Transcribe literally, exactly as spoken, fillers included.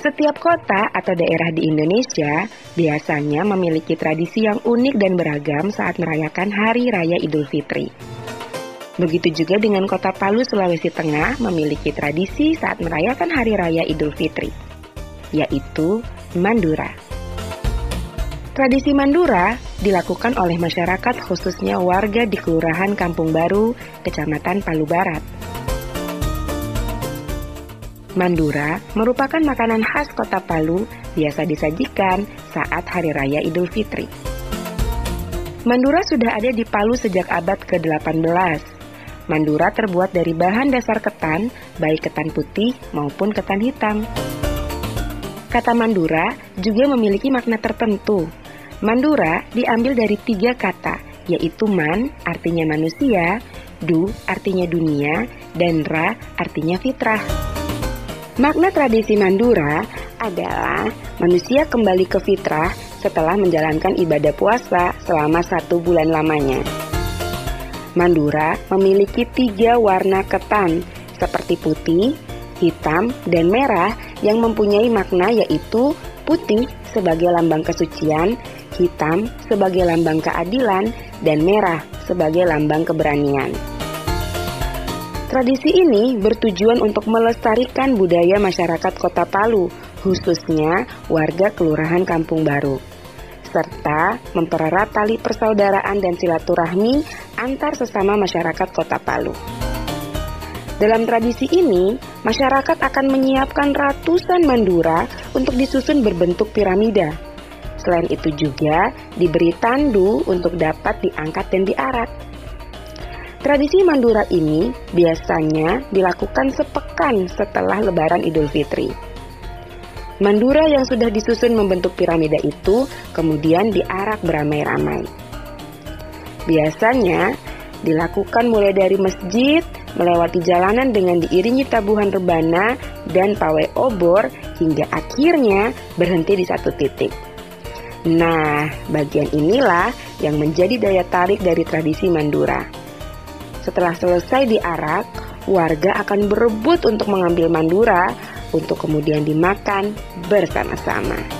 Setiap kota atau daerah di Indonesia biasanya memiliki tradisi yang unik dan beragam saat merayakan Hari Raya Idul Fitri. Begitu juga dengan kota Palu, Sulawesi Tengah memiliki tradisi saat merayakan Hari Raya Idul Fitri, yaitu Mandura. Tradisi Mandura dilakukan oleh masyarakat khususnya warga di Kelurahan Kampung Baru, Kecamatan Palu Barat. Mandura merupakan makanan khas kota Palu, biasa disajikan saat Hari Raya Idul Fitri. Mandura sudah ada di Palu sejak abad ke delapan belas. Mandura terbuat dari bahan dasar ketan, baik ketan putih maupun ketan hitam. Kata Mandura juga memiliki makna tertentu. Mandura diambil dari tiga kata, yaitu man artinya manusia, du artinya dunia, dan ra artinya fitrah. Makna tradisi Mandura adalah manusia kembali ke fitrah setelah menjalankan ibadah puasa selama satu bulan lamanya. Mandura memiliki tiga warna ketan seperti putih, hitam, dan merah yang mempunyai makna yaitu putih sebagai lambang kesucian, hitam sebagai lambang keadilan, dan merah sebagai lambang keberanian. Tradisi ini bertujuan untuk melestarikan budaya masyarakat Kota Palu, khususnya warga Kelurahan Kampung Baru, serta mempererat tali persaudaraan dan silaturahmi antar sesama masyarakat Kota Palu. Dalam tradisi ini, masyarakat akan menyiapkan ratusan mandura untuk disusun berbentuk piramida. Selain itu juga diberi tandu untuk dapat diangkat dan diarak. Tradisi Mandura ini biasanya dilakukan sepekan setelah Lebaran Idul Fitri. Mandura yang sudah disusun membentuk piramida itu kemudian diarak beramai-ramai. Biasanya dilakukan mulai dari masjid, melewati jalanan dengan diiringi tabuhan rebana dan pawai obor hingga akhirnya berhenti di satu titik. Nah, bagian inilah yang menjadi daya tarik dari tradisi Mandura. Setelah selesai diarak, warga akan berebut untuk mengambil mandura untuk kemudian dimakan bersama-sama.